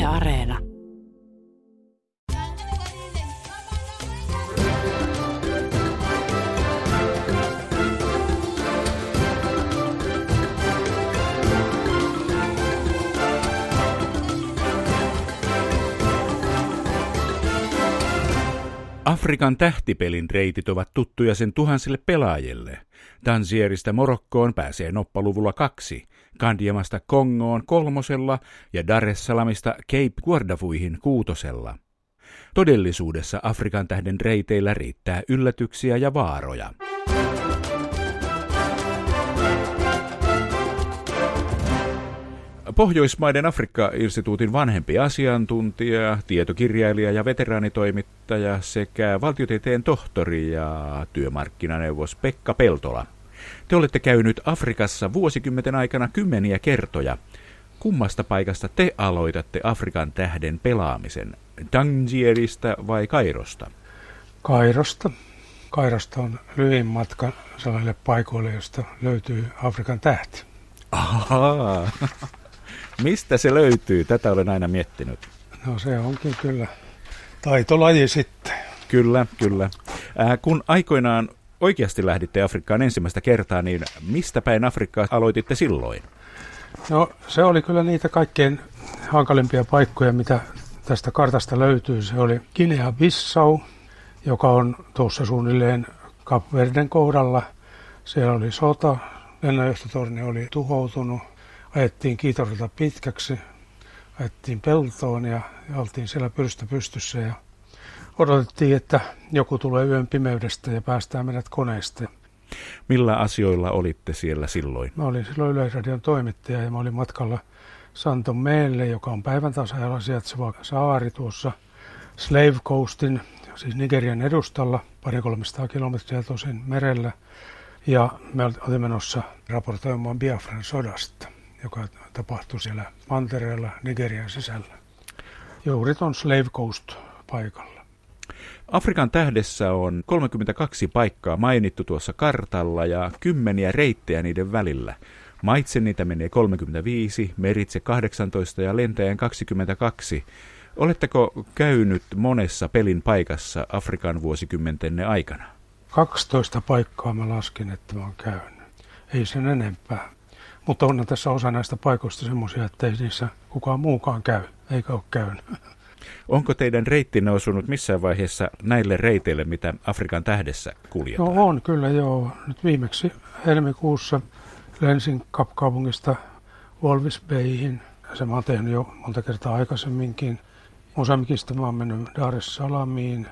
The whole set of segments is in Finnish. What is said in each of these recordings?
Areena. Afrikan tähtipelin reitit ovat tuttuja sen tuhansille pelaajille. Tanzierista Morokkoon pääsee noppaluvulla 2, Kandiamasta Kongoon 3 ja Dar es Salaamista Cape Guardafuihin 6. Todellisuudessa Afrikan tähden reiteillä riittää yllätyksiä ja vaaroja. Pohjoismaiden Afrikka-instituutin vanhempi asiantuntija, tietokirjailija ja veteraanitoimittaja sekä valtiotieteen tohtori ja työmarkkinaneuvos Pekka Peltola. Te olette käynyt Afrikassa vuosikymmenten aikana kymmeniä kertoja. Kummasta paikasta te aloitatte Afrikan tähden pelaamisen? Tanzierista vai Kairosta? Kairosta. Kairosta on lyhin matka sellaisille paikoille, josta löytyy Afrikan tähti. Ahaa. Mistä se löytyy? Tätä olen aina miettinyt. No se onkin kyllä taitolaji sitten. Kyllä. Kun aikoinaan oikeasti lähditte Afrikkaan ensimmäistä kertaa, niin mistä päin Afrikkaa aloititte silloin? No se oli kyllä niitä kaikkein hankalimpia paikkoja, mitä tästä kartasta löytyy. Se oli Guinea-Bissau, joka on tuossa suunnilleen Kap-Verden kohdalla. Siellä oli sota, lennonjohtotorni oli tuhoutunut. Ajettiin Kiitorilta pitkäksi, ajettiin peltoon ja oltiin siellä pyrstössä pystyssä ja odotettiin, että joku tulee yön pimeydestä ja päästään meidät koneesta. Millä asioilla olitte siellä silloin? Mä olin silloin Yleisradion toimittaja ja mä olin matkalla Santomeelle, joka on päivän tasajalla sijaitseva saari tuossa Slave Coastin, siis Nigerian edustalla, 200-300 kilometriä tosin merellä. Ja me olimme menossa raportoimaan Biafran sodasta, joka tapahtui siellä mantereella Nigerian sisällä. Juuri tuon Slave Coast paikalla. Afrikan tähdessä on 32 paikkaa mainittu tuossa kartalla ja 10 reittejä niiden välillä. Maitse niitä menee 35, meritse 18 ja lentäjän 22. Oletteko käynyt monessa pelin paikassa Afrikan vuosikymmenten aikana? 12 paikkaa mä laskin, että mä oon käynyt. Ei sen enempää. Mutta on tässä osa näistä paikoista semmoisia, että ei niissä kukaan muukaan käy, eikä ole käynyt. Onko teidän reittinne osunut missään vaiheessa näille reiteille, mitä Afrikan tähdessä kuljetaan? No on kyllä joo. Nyt viimeksi helmikuussa lensin Kapkaupungista Walvis Bayhin. Se mä oon tehnyt jo monta kertaa aikaisemminkin. Mosambikista mä oon mennyt Dar es Salaamiin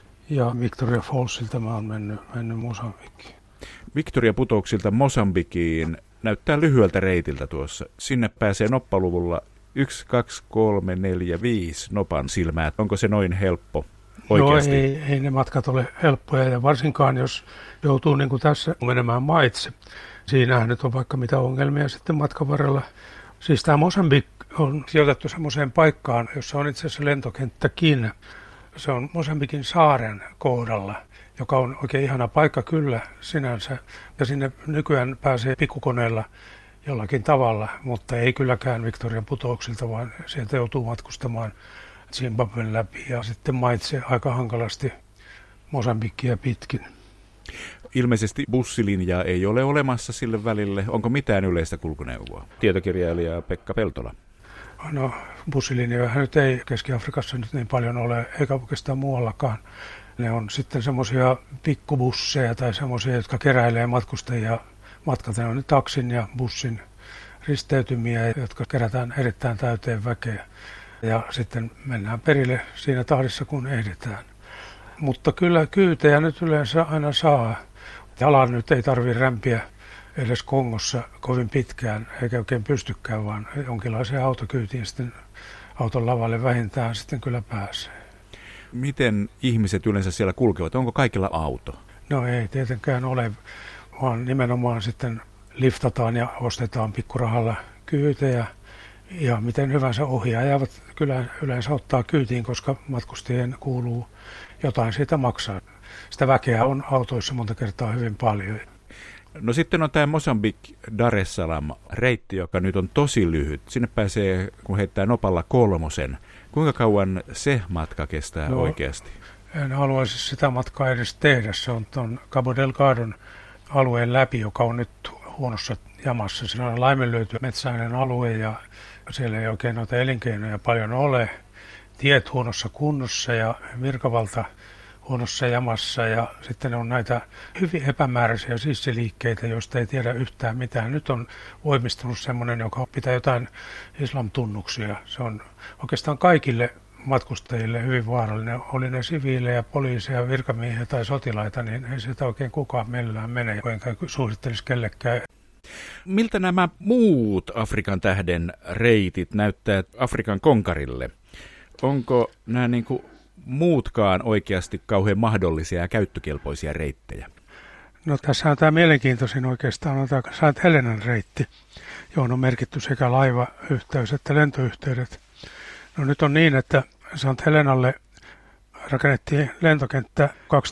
ja Victoria Fallsilta mä oon mennyt Mosambikiin. Victoria-putouksilta Mosambikiin näyttää lyhyeltä reitiltä tuossa. Sinne pääsee noppaluvulla 1, 2, 3, 4, 5 nopan silmää. Onko se noin helppo oikeasti? No ei ne matkat ole helppoja ja varsinkaan jos joutuu niin kuin tässä menemään maitse. Siinähän nyt on vaikka mitä ongelmia sitten matkan varrella. Siis tämä Mosambik on sijoitettu semmoiseen paikkaan, jossa on itse asiassa lentokenttäkin. Se on Mosambikin saaren kohdalla, joka on oikein ihana paikka kyllä sinänsä. Ja sinne nykyään pääsee pikkukoneella jollakin tavalla, mutta ei kylläkään Victorian putouksilta, vaan sieltä joutuu matkustamaan Zimbabwen läpi ja sitten maitse aika hankalasti Mosambikkia pitkin. Ilmeisesti bussilinjaa ei ole olemassa sille välille. Onko mitään yleistä kulkuneuvoa? Tietokirjailija Pekka Peltola. No bussilinjoja nyt ei Keski-Afrikassa nyt niin paljon ole, eikä oikeastaan muuallakaan. Ne on sitten semmoisia pikkubusseja tai semmoisia, jotka keräilee matkustajia matkat. Ne on nyt taksin ja bussin risteytymiä, jotka kerätään erittäin täyteen väkeä. Ja sitten mennään perille siinä tahdissa, kun ehditään. Mutta kyllä kyytejä nyt yleensä aina saa. Jalan nyt ei tarvitse rämpiä edes Kongossa kovin pitkään, eikä oikein pystykään, vaan jonkinlaiseen autokyytiin sitten auton lavalle vähintään sitten kyllä pääsee. Miten ihmiset yleensä siellä kulkevat? Onko kaikilla auto? No ei tietenkään ole, vaan nimenomaan sitten liftataan ja ostetaan pikkurahalla kyytejä. Ja miten hyvänsä ohi ajavat kyllä yleensä ottaa kyytiin, koska matkustajien kuuluu jotain siitä maksaa. Sitä väkeä on autoissa monta kertaa hyvin paljon. No sitten on tämä Mosambik-Dar es Salaam-reitti, joka nyt on tosi lyhyt. Sinne pääsee, kun heittää nopalla 3. Kuinka kauan se matka kestää oikeasti? En haluaisi sitä matkaa edes tehdä. Se on tuon Cabo Delgadon alueen läpi, joka on nyt huonossa jamassa. Siinä on laiminlyöty metsäinen alue ja siellä ei oikein noita elinkeinoja paljon ole. Tiet huonossa kunnossa ja virkavalta huonossa jamassa ja sitten on näitä hyvin epämääräisiä sissiliikkeitä, joista ei tiedä yhtään mitään. Nyt on voimistunut semmoinen, joka pitää jotain islamtunnuksia. Se on oikeastaan kaikille matkustajille hyvin vaarallinen. Oli ne siviilejä, poliiseja, virkamiehiä tai sotilaita, niin ei sitä oikein kukaan millään mene, enkä suosittelisi kellekään. Miltä nämä muut Afrikan tähden reitit näyttää Afrikan konkarille? Onko nämä muutkaan oikeasti kauhean mahdollisia ja käyttökelpoisia reittejä? No tässä on tämä mielenkiintoisin oikeastaan on tämä St. Helenan reitti, johon on merkitty sekä laivayhteys että lentoyhteydet. No nyt on niin, että St. Helenalle rakennettiin lentokenttä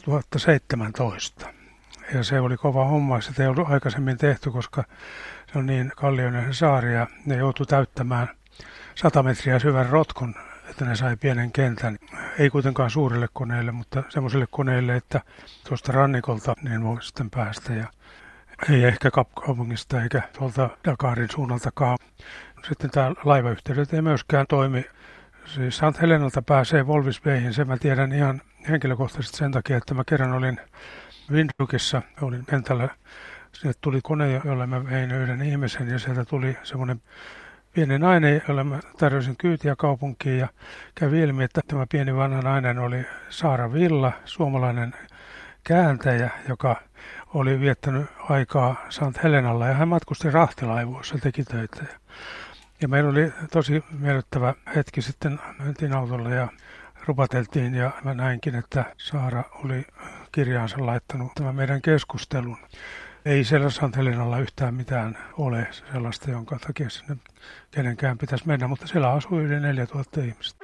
2017. Ja se oli kova homma, sitä ei ollut aikaisemmin tehty, koska se on niin kallioinen saari ja ne joutui täyttämään 100 metriä syvän rotkon, että ne sai pienen kentän. Ei kuitenkaan suurille koneille, mutta semmoisille koneille, että tuosta rannikolta niin voi sitten päästä. Ja ei ehkä Kapkaupungista eikä tuolta Dakarin suunnaltakaan. Sitten tämä laivayhteydet ei myöskään toimi. Siis St. Helenalta pääsee Walvis Bayhin, sen mä tiedän ihan henkilökohtaisesti sen takia, että mä kerran olin Windhoekissa, olin kentällä. Sinne tuli kone, jolle mä vein yhden ihmisen ja sieltä tuli semmoinen pieni nainen, jolle mä tarjosin kyytiä kaupunkiin ja kävi ilmi, että tämä pieni vanha nainen oli Saara Villa, suomalainen kääntäjä, joka oli viettänyt aikaa St. Helenalla ja hän matkusti rahtilaivoissa, teki töitä. Ja meillä oli tosi miellyttävä hetki sitten, mentiin autolle ja rupateltiin ja mä näinkin, että Saara oli kirjaansa laittanut tämän meidän keskustelun. Ei siellä St. Helenalla yhtään mitään ole sellaista, jonka takia sinne kenenkään pitäisi mennä, mutta siellä asui yli 4000 ihmistä.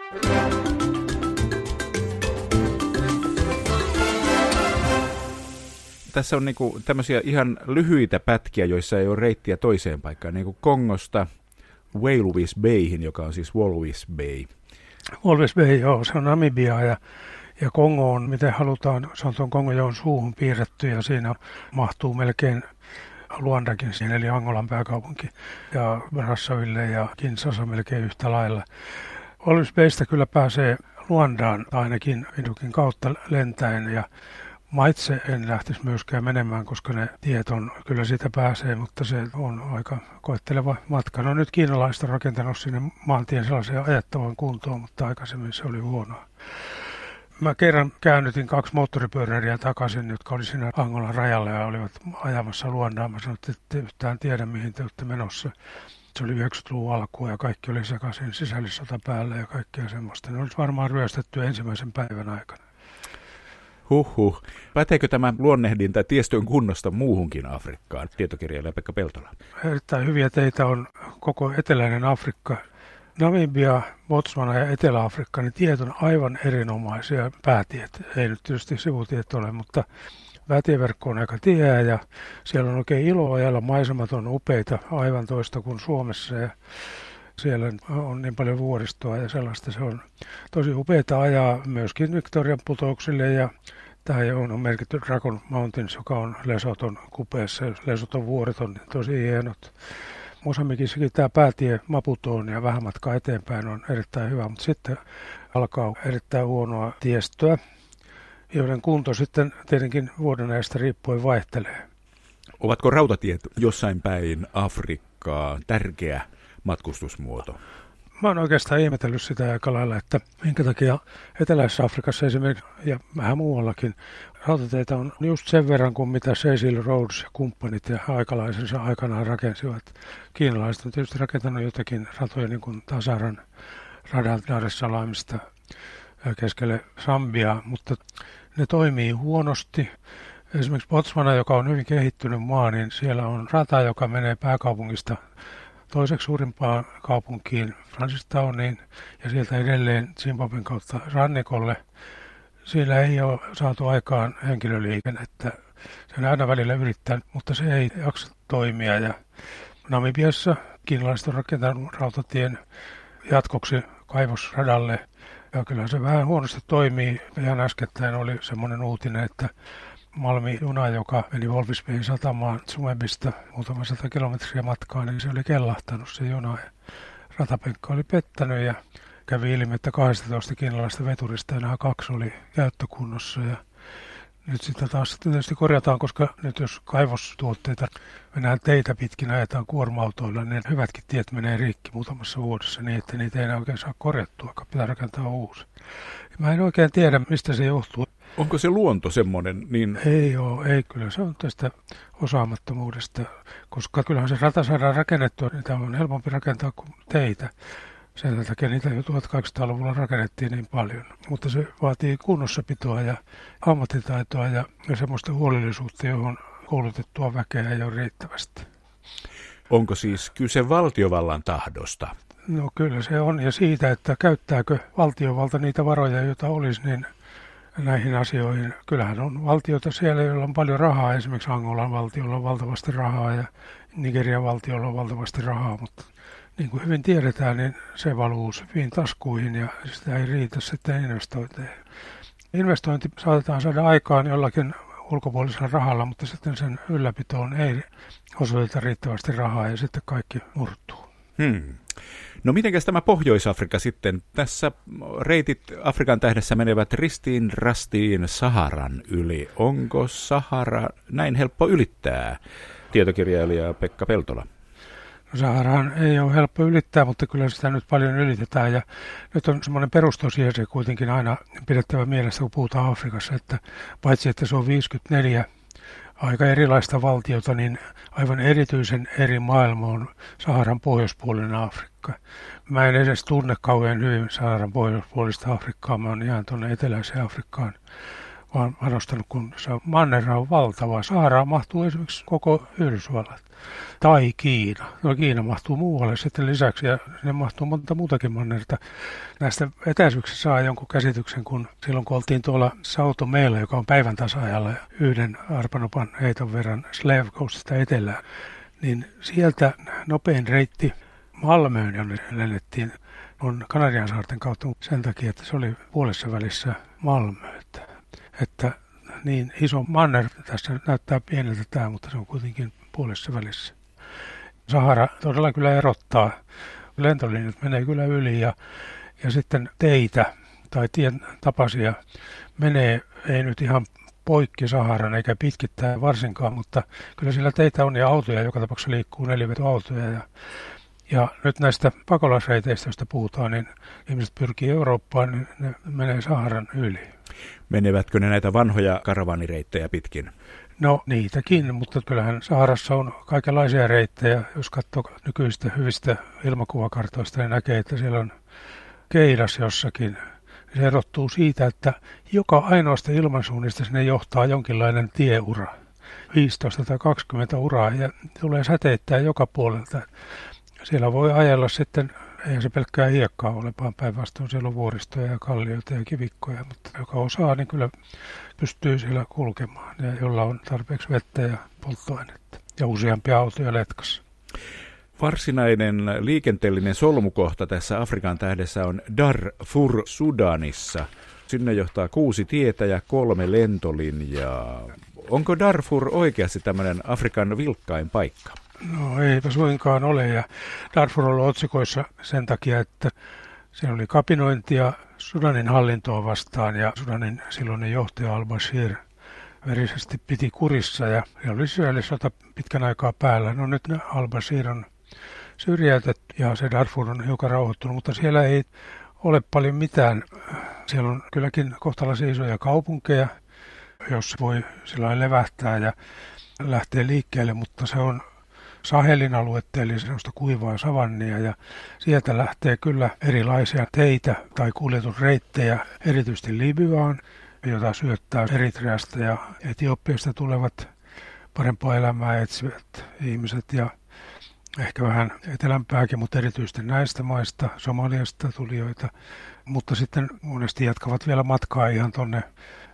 Tässä on tämmöisiä ihan lyhyitä pätkiä, joissa ei ole reittiä toiseen paikkaan, niin kuin Kongosta Walvis Bayhin, joka on siis Walvis Bay. Walvis Bay, joo, se on Namibia ja Kongo on, miten halutaan, se on tuon Kongojoen suuhun piirretty ja siinä mahtuu melkein Luandakin siinä, eli Angolan pääkaupunki, ja Brazzaville ja Kinshasa melkein yhtä lailla. Walvis Baystä kyllä pääsee Luandaan ainakin Windhoekin kautta lentäen ja maitse en lähtisi myöskään menemään, koska ne tiet on, kyllä siitä pääsee, mutta se on aika koetteleva matka. No nyt kiinalaiset on rakentanut sinne maantien sellaisen ajettavan kuntoon, mutta aikaisemmin se oli huonoa. Mä kerran käännytin 2 moottoripyöräilijää takaisin, jotka oli siinä Angolan rajalla ja olivat ajamassa Luandaan. Mä sanoin, että ette yhtään tiedä, mihin te olette menossa. Se oli 90-luvun alkua ja kaikki oli sekaisin, sisällissota päällä ja kaikkea semmoista. Ne olisi varmaan ryöstetty ensimmäisen päivän aikana. Huhhuh. Päteekö tämä luonnehdinta tiestön kunnosta muuhunkin Afrikkaan? Tietokirjailija Pekka Peltola. Erittäin hyviä teitä on koko eteläinen Afrikka. Namibia, Botswana ja Etelä-Afrikka, niin tiet on aivan erinomaisia päätiet. Ei nyt tietysti sivutiet ole, mutta päätieverkko on aika tiheä ja siellä on oikein ilo ajalla. Maisemat on upeita, aivan toista kuin Suomessa ja siellä on niin paljon vuoristoa ja sellaista. Se on tosi upeata ajaa myöskin Victorian putouksille ja tämä on merkitty Dragon Mountains, joka on Lesothon kupeessa. Lesothon vuoret on tosi hienot. Mosambikissakin tämä päätie Maputoon ja vähän matkaa eteenpäin on erittäin hyvä, mutta sitten alkaa erittäin huonoa tiestöä, joiden kunto sitten tietenkin vuodenajasta riippuen vaihtelee. Ovatko rautatiet jossain päin Afrikkaa tärkeä matkustusmuoto? Mä oon oikeastaan ihmetellyt sitä aika lailla, että minkä takia Eteläisessä Afrikassa esimerkiksi ja vähän muuallakin rautateitä on just sen verran kuin mitä Cecil Rhodes ja kumppanit ja aikalaisensa aikanaan rakensivat. Kiinalaiset on tietysti rakentanut jotakin ratoja niin kuin Tasaran radan Dar es Salaamista keskelle Sambiaa, mutta ne toimii huonosti. Esimerkiksi Botswana, joka on hyvin kehittynyt maa, niin siellä on rata, joka menee pääkaupungista toiseksi suurimpaan kaupunkiin Francistowniin ja sieltä edelleen Zimbabwen kautta rannikolle. Siellä ei ole saatu aikaan henkilöliikennettä. se on aina välillä yrittänyt, mutta se ei jaksa toimia. Ja Namibiassa kiinalaiset on rakentanut rautatien jatkoksi kaivosradalle. Ja kyllä se vähän huonosti toimii. Ihan äskettäin oli semmoinen uutinen, että Malmi-juna, joka meni Walvis Bayn satamaan Tsumebista muutama 100 kilometriä matkaa, niin se oli kellahtanut se juna. Ratapenkka oli pettänyt ja kävi ilmi, että 12 kiinalaista veturista enää 2 oli käyttökunnossa. Ja nyt sitä taas tietysti korjataan, koska nyt jos kaivostuotteita mennään teitä pitkin ajetaan kuorma-autoilla, niin hyvätkin tiet menee rikki muutamassa vuodessa niin, että niitä ei enää oikein saa korjattua, pitää rakentaa uusi. Mä en oikein tiedä, mistä se johtuu. Onko se luonto semmoinen? Niin... Ei kyllä. Se on tästä osaamattomuudesta, koska kyllähän se rata saadaan rakennettua, niitä on helpompi rakentaa kuin teitä. Sen takia niitä jo 1800-luvulla rakennettiin niin paljon. Mutta se vaatii kunnossapitoa ja ammattitaitoa ja semmoista huolellisuutta, johon koulutettua väkeä ei ole riittävästi. Onko siis kyse valtiovallan tahdosta? No kyllä se on, ja siitä, että käyttääkö valtiovalta niitä varoja, joita olisi, niin näihin asioihin. Kyllähän on valtiota siellä, joilla on paljon rahaa. Esimerkiksi Angolan valtiolla on valtavasti rahaa ja Nigerian valtiolla on valtavasti rahaa, mutta niin kuin hyvin tiedetään, niin se valuu hyvin taskuihin ja sitä ei riitä sitten investointeihin. Investointi saatetaan saada aikaan jollakin ulkopuolisella rahalla, mutta sitten sen ylläpitoon ei osoiteta riittävästi rahaa ja sitten kaikki murtuu. No mitenkäs tämä Pohjois-Afrikka sitten? Tässä reitit Afrikan tähdessä menevät ristiin rastiin Saharan yli. Onko Sahara näin helppo ylittää? Tietokirjailija Pekka Peltola. No Saharaan ei ole helppo ylittää, mutta kyllä sitä nyt paljon ylitetään. Ja nyt on semmoinen perustosiasia kuitenkin aina pidettävä mielessä, kun puhutaan Afrikassa, että paitsi että se on 54 aika erilaista valtiota, niin aivan erityisen eri maailma on Saharan pohjoispuolinen Afrikka. Mä en edes tunne kauhean hyvin Saharan pohjoispuolista Afrikkaa, mä oon ihan tuonne eteläiseen Afrikkaan vaan panostanut, kun se mannerra on valtava. Saharaan mahtuu esimerkiksi koko Yhdysvallat tai Kiina. No Kiina mahtuu muualle sitten lisäksi ja sinne mahtuu monta muutakin mannerta. Näistä etäisyyksistä saa jonkun käsityksen, kun silloin kun oltiin tuolla Sao Tomella, joka on päivän tasa-ajalla yhden arpanopan heiton verran Slave Coastista etelään, niin sieltä nopein reitti Malmöön, jonne lennettiin, on Kanariansaarten kautta sen takia, että se oli puolessa välissä Malmöötä. Että niin iso manner tässä näyttää pieneltä tämä, mutta se on kuitenkin puolessa välissä. Sahara todella kyllä erottaa. Lentolinjat menee kyllä yli ja sitten teitä tai tien tapaisia menee, ei nyt ihan poikki Saharan eikä pitkittää varsinkaan, mutta kyllä sillä teitä on ja autoja, joka tapauksessa liikkuu nelivetoautoja. Ja nyt näistä pakolaisreiteistä, joista puhutaan, niin ihmiset pyrkii Eurooppaan, niin ne menee Saharan yli. Menevätkö ne näitä vanhoja karavaanireittejä pitkin? No niitäkin, mutta kyllähän Saharassa on kaikenlaisia reittejä. Jos katsoo nykyistä hyvistä ilmakuvakartoista, niin näkee, että siellä on Keidas jossakin. Se erottuu siitä, että joka ainoasta ilmansuunnista sinne johtaa jonkinlainen tieura. 15 tai 20 uraa ja tulee säteittää joka puolelta. Siellä voi ajella sitten, eihän se pelkkää hiekkaa ole, vaan päinvastoin siellä on vuoristoja ja kallioita ja kivikkoja, mutta joka osaa, niin kyllä pystyy siellä kulkemaan ja jolla on tarpeeksi vettä ja polttoainetta ja useampia autoja letkassa. Varsinainen liikenteellinen solmukohta tässä Afrikan tähdessä on Darfur Sudanissa. Sinne johtaa 6 tietä ja 3 lentolinjaa. Onko Darfur oikeasti tämmöinen Afrikan vilkkain paikka? No eipä suinkaan ole, ja Darfur on ollut otsikoissa sen takia, että siellä oli kapinointia Sudanin hallintoa vastaan ja Sudanin silloinen johtaja al-Bashir verisesti piti kurissa ja oli syöllissota pitkän aikaa päällä. No nyt al-Bashir on syrjäytetty ja se Darfur on hiukan rauhoittunut, mutta siellä ei ole paljon mitään. Siellä on kylläkin kohtalaisen isoja kaupunkeja, jossa voi sillä levähtää ja lähteä liikkeelle, mutta se on Sahelin aluetta, eli sellaista kuivaa savannia, ja sieltä lähtee kyllä erilaisia teitä tai kuljetusreittejä, erityisesti Libyaan, jota syöttää Eritreasta ja Etiopiasta tulevat parempaa elämää etsivät ihmiset, ja ehkä vähän etelämpääkin, mutta erityisesti näistä maista, Somaliasta tulijoita, mutta sitten monesti jatkavat vielä matkaa ihan tuonne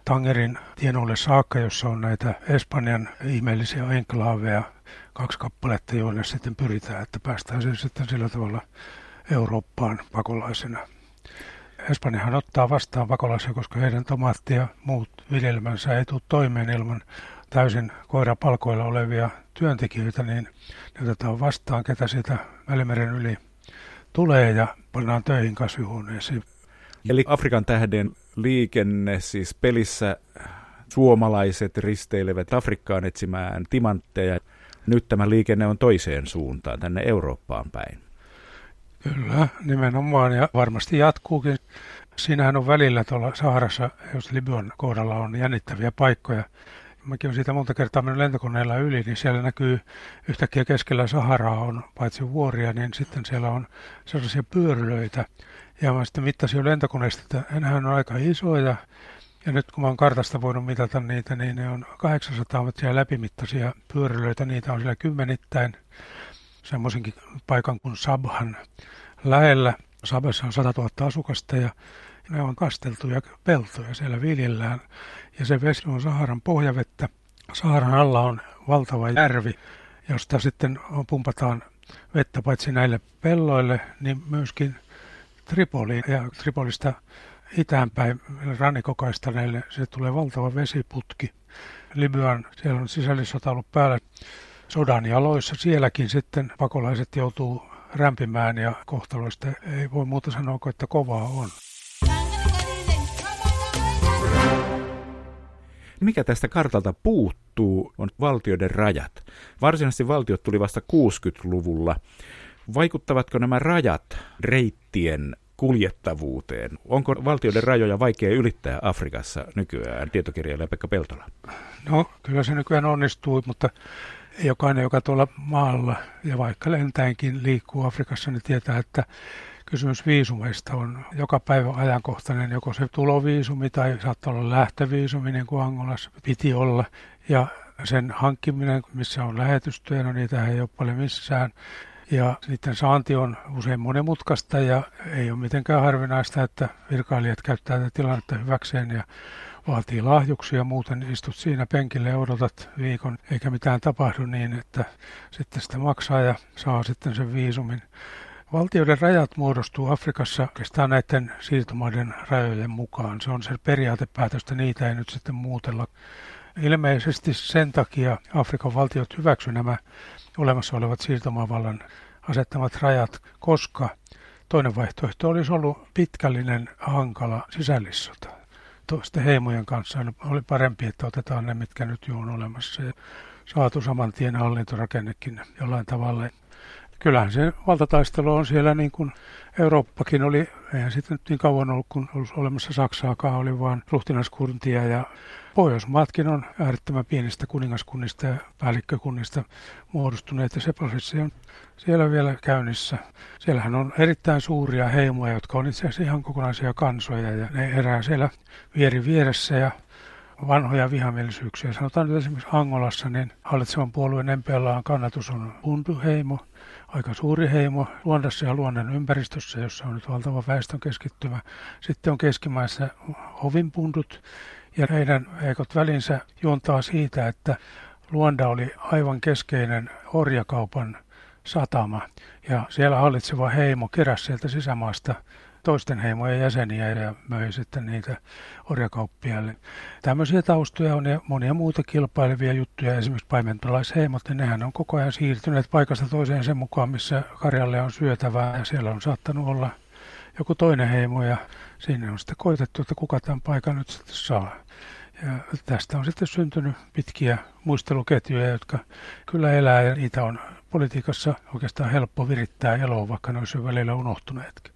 Tangerin tienoille saakka, jossa on näitä Espanjan ihmeellisiä enklaaveja, 2 kappaletta, joille sitten pyritään, että päästään sen sitten sillä tavalla Eurooppaan pakolaisena. Espanjahan ottaa vastaan pakolaisia, koska heidän tomaatti ja muut viljelmänsä ei tule toimeen ilman täysin koirapalkoilla olevia työntekijöitä, niin ne otetaan vastaan, ketä siitä Välimeren yli tulee ja pannaan töihin kasvihuoneisiin. Eli Afrikan tähden liikenne, siis pelissä suomalaiset risteilevät Afrikkaan etsimään timantteja. Nyt tämä liikenne on toiseen suuntaan, tänne Eurooppaan päin. Kyllä, nimenomaan, ja varmasti jatkuukin. Siinähän on välillä tuolla Saharassa, jos Libyan kohdalla on jännittäviä paikkoja. Mäkin olen siitä monta kertaa mennyt lentokoneella yli, niin siellä näkyy yhtäkkiä keskellä Saharaa on paitsi vuoria, niin sitten siellä on sellaisia pyörylöitä. Ja mä sitten mittasin jo lentokoneesta, että enhän on aika isoja. Ja nyt kun mä oon kartasta voinut mitata niitä, niin ne on 800 metriä läpimittaisia pyörylöitä. Niitä on siellä kymmenittäin. Semmoisenkin paikan kuin Sabhan lähellä. Sabessa on 100 000 asukasta ja ne on kasteltuja peltoja, siellä viljellään. Ja se vesi on Saharan pohjavettä. Saharan alla on valtava järvi, josta sitten pumpataan vettä paitsi näille pelloille, niin myöskin Tripoliin. Ja Tripolista itäänpäin rannikokaistaneille se tulee valtava vesiputki. Libyan, siellä on sisällissota ollut päällä. Sodan jaloissa sielläkin sitten pakolaiset joutuu rämpimään ja kohtaloista ei voi muuta sanoa kuin, että kovaa on. Mikä tästä kartalta puuttuu, on valtioiden rajat. Varsinaisesti valtiot tuli vasta 60-luvulla. Vaikuttavatko nämä rajat reittien kuljettavuuteen? Onko valtioiden rajoja vaikea ylittää Afrikassa nykyään, tietokirjailija Pekka Peltola? No, kyllä se nykyään onnistuu, mutta jokainen, joka tuolla maalla ja vaikka lentäenkin liikkuu Afrikassa, niin tietää, että kysymys viisumeista on joka päivä ajankohtainen, joko se tuloviisumi tai saattaa olla lähtöviisumi, niin kuin Angolassa piti olla. Ja sen hankkiminen, missä on lähetystöjä, no niitä ei ole paljon missään. Ja niiden saanti on usein monimutkaista ja ei ole mitenkään harvinaista, että virkailijat käyttää tätä tilannetta hyväkseen ja vaatii lahjuksia. Muuten istut siinä penkille ja odotat viikon, eikä mitään tapahdu niin, että sitten sitä maksaa ja saa sitten sen viisumin. Valtioiden rajat muodostuu Afrikassa oikeastaan näiden siirtomaiden rajojen mukaan. Se on se periaatepäätöstä, niitä ei nyt sitten muutella. Ilmeisesti sen takia Afrikan valtiot hyväksy nämä olemassa olevat siirtomaavallan asettamat rajat, koska toinen vaihtoehto olisi ollut pitkällinen, hankala sisällissota. Toisten heimojen kanssa oli parempi, että otetaan ne, mitkä nyt jo on olemassa ja saatu saman tien hallintorakennekin jollain tavalla. Kyllähän se valtataistelu on siellä niin kuin Eurooppakin oli, eihän sitten nyt niin kauan ollut, kun ollut olemassa Saksaakaan, oli vaan ruhtinaskuntia ja Pohjoismaatkin on äärettömän pienistä kuningaskunnista ja päällikkökunnista muodostuneet ja se prosessi on siellä vielä käynnissä. Siellähän on erittäin suuria heimoja, jotka on itse asiassa ihan kokonaisia kansoja ja ne erää siellä vieressä ja vanhoja vihamielisyyksiä. Sanotaan nyt esimerkiksi Angolassa, niin hallitsevan puolueen MPLA:n kannatus on Bundu-heimo, aika suuri heimo Luandassa ja Luandan ympäristössä, jossa on nyt valtava väestön keskittymä. Sitten on keskimaissa Hovinbundut ja heidän heikot välinsä juontaa siitä, että Luanda oli aivan keskeinen orjakaupan satama ja siellä hallitseva heimo keräsi sieltä sisämaasta toisten heimojen jäseniä ja möi sitten niitä orjakauppiaille. Tämmöisiä taustoja on ja monia muita kilpailevia juttuja, esimerkiksi paimentolaisheimot, niin nehän on koko ajan siirtyneet paikasta toiseen sen mukaan, missä karjalle on syötävää ja siellä on saattanut olla joku toinen heimo ja sinne on sitten koitettu, että kuka tämän paikan nyt sitten saa. Ja tästä on sitten syntynyt pitkiä muisteluketjuja, jotka kyllä elää ja niitä on politiikassa oikeastaan helppo virittää eloon, vaikka ne olisi jo välillä unohtuneetkin.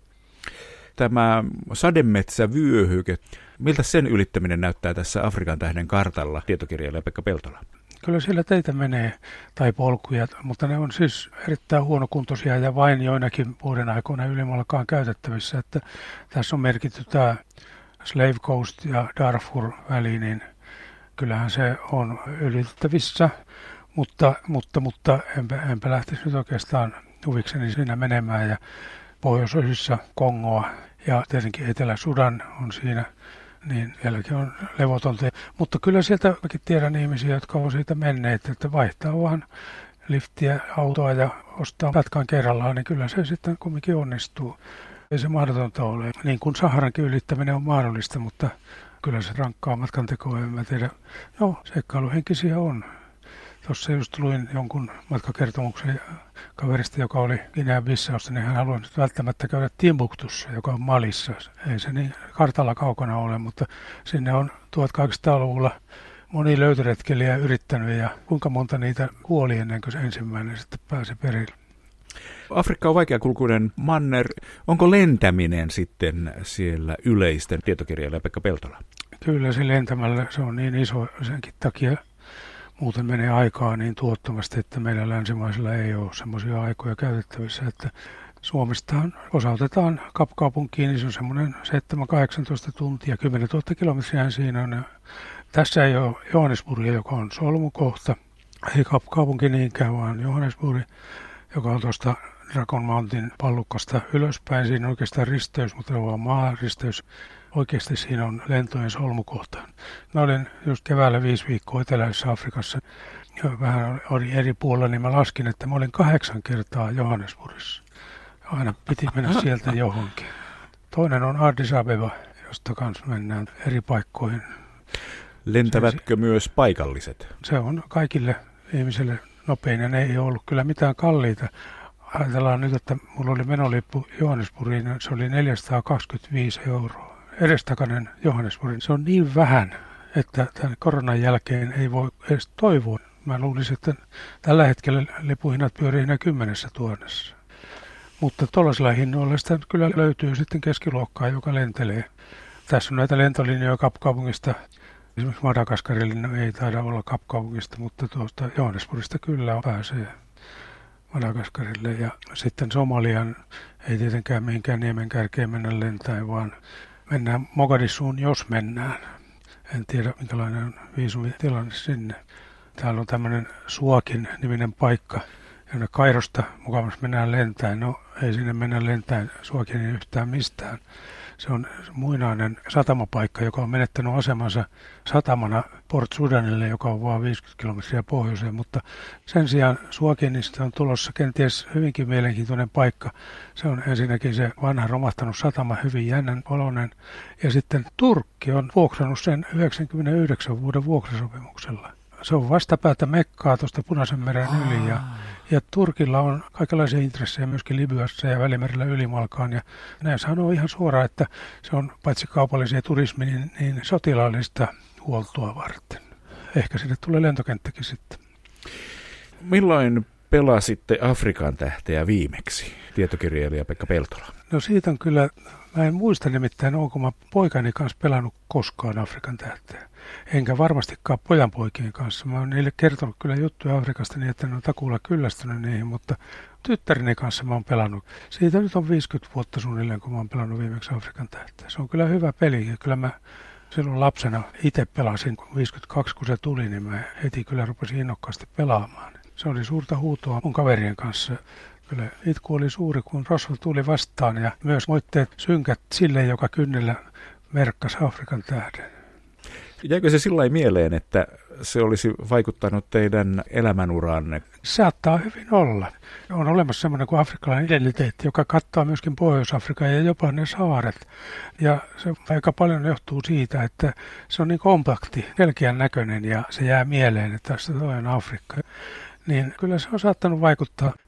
Tämä sademetsävyöhyke, miltä sen ylittäminen näyttää tässä Afrikan tähden kartalla, tietokirjailija Pekka Peltola? Kyllä siellä teitä menee tai polkuja, mutta ne on siis erittäin huonokuntoisia ja vain joinakin vuoden aikoina ylimalkaan käytettävissä. Että tässä on merkitty tämä Slave Coast ja Darfur väli, niin kyllähän se on ylitettävissä, mutta enpä lähtisi nyt oikeastaan huvikseni siinä menemään. Ja pohjoisosissa Kongoa ja tietenkin Etelä-Sudan on siinä niin vieläkin on levotonta. Mutta kyllä sieltä mäkin tiedän ihmisiä, jotka on siitä menneet, että vaihtaa vaan liftiä, autoa ja ostaa pätkän kerrallaan, niin kyllä se sitten kumminkin onnistuu. Ei se mahdotonta ole. Niin kuin Saharankin ylittäminen on mahdollista, mutta kyllä se rankkaa matkantekoa, en mä tiedä. No, seikkailuhenkisiä on. Tuossa just luin jonkun matkakertomuksen kaverista, joka oli Guinea-Bissausta, niin hän haluaa nyt välttämättä käydä Timbuktussa, joka on Malissa. Ei se niin kartalla kaukana ole, mutta sinne on 1800-luvulla moni löytöretkelijä yrittänyt ja kuinka monta niitä kuoli ennen kuin se ensimmäinen sitten pääsi perille. Afrikka on vaikeakulkuinen manner. Onko lentäminen sitten siellä yleisten tietokirjailija Pekka Peltola? Kyllä se lentämällä, se on niin iso senkin takia. Muuten menee aikaa niin tuottomasti, että meillä länsimaisilla ei ole semmoisia aikoja käytettävissä, että Suomestahan osautetaan Kapkaupunkiin, niin se on semmoinen 7-18 tuntia, 10 000 kilometriä siinä on. Ja tässä ei ole Johannesburgia, joka on solmukohta, ei Kapkaupunki niinkään, vaan Johannesburg, joka on tuosta Dragon Mountain pallukasta ylöspäin. Siinä on oikeastaan risteys, mutta se on vaan maaristeys. Oikeasti siinä on lentojen solmukohta. Mä olin just keväällä 5 viikkoa Eteläisessä Afrikassa. Ja vähän oli eri puolella, niin mä laskin, että mä olin 8 kertaa Johannesburgissa. Aina piti mennä sieltä johonkin. Toinen on Addis Abeba, josta kanssa mennään eri paikkoihin. Lentävätkö myös paikalliset? Se on kaikille ihmisille nopein ja ne ei ollut kyllä mitään kalliita. Ajatellaan nyt, että mulla oli menolippu Johannesburgiin, se oli 425 €. Edestakainen Johannesburg. Se on niin vähän, että tämän koronan jälkeen ei voi edes toivoa. Mä luulisin, että tällä hetkellä lipuhinnat pyörii siinä 10 000. Mutta tuollaisilla hinnoilla sitä kyllä löytyy sitten keskiluokkaa, joka lentelee. Tässä on näitä lentolinjoja Kapkaupungista. Esimerkiksi Madagaskarille ei taida olla Kapkaupungista, mutta tuosta Johannesburgista kyllä pääsee Madagaskarille. Ja sitten Somalian ei tietenkään mihinkään niemen kärkeen mennä lentäen, vaan mennään Mogadishuun, jos mennään. En tiedä, minkälainen on viisumitilanne sinne. Täällä on tämmöinen Suakin-niminen paikka, jonne Kairosta mukavasti mennään lentäen. No, ei sinne mennä lentäen Suakiniin yhtään mistään. Se on muinainen satamapaikka, joka on menettänyt asemansa satamana Port Sudanille, joka on vain 50 kilometriä pohjoiseen, mutta sen sijaan Suakinista on tulossa kenties hyvinkin mielenkiintoinen paikka. Se on ensinnäkin se vanha romahtanut satama, hyvin jännän oloinen, ja sitten Turkki on vuokrannut sen 99 vuoden vuokrasopimuksella. Se on vastapäätä Mekkaa tuosta Punaisen meren yli ja Turkilla on kaikenlaisia intressejä myöskin Libyassa ja Välimerellä ylimalkaan. Ja ne sanoo ihan suoraan, että se on paitsi kaupallisia turismi, niin sotilaallista huoltoa varten. Ehkä sinne tulee lentokenttäkin sitten. Milloin pelasitte Afrikan tähteä viimeksi, tietokirjailija Pekka Peltola? No siitä on kyllä, mä en muista nimittäin, onko mä poikani kanssa pelannut koskaan Afrikan tähteä. Enkä varmastikaan pojanpoikien kanssa. Mä oon niille kertonut kyllä juttuja Afrikasta niin, että ne on takuulla kyllästynyt niihin, mutta tyttäreni kanssa mä oon pelannut. Siitä nyt on 50 vuotta suunnilleen, kun mä oon pelannut viimeksi Afrikan tähteä. Se on kyllä hyvä peli ja kyllä mä silloin lapsena itse pelasin, kun 52 kun se tuli, niin mä heti kyllä rupesin innokkaasti pelaamaan. Se oli suurta huutoa mun kaverien kanssa. Kyllä itku oli suuri, kun rosvo tuli vastaan ja myös moitteet synkät sille, joka kynnellä merkkasi Afrikan tähden. Jäikö se sillä mieleen, että se olisi vaikuttanut teidän elämänuranne? Saattaa hyvin olla. On olemassa semmoinen kuin afrikkalainen identiteetti, joka kattaa myöskin Pohjois-Afrikan ja jopa ne saaret. Ja se aika paljon johtuu siitä, että se on niin kompakti, selkeän näköinen ja se jää mieleen, että tässä toinen Afrikka. Niin kyllä se on saattanut vaikuttaa.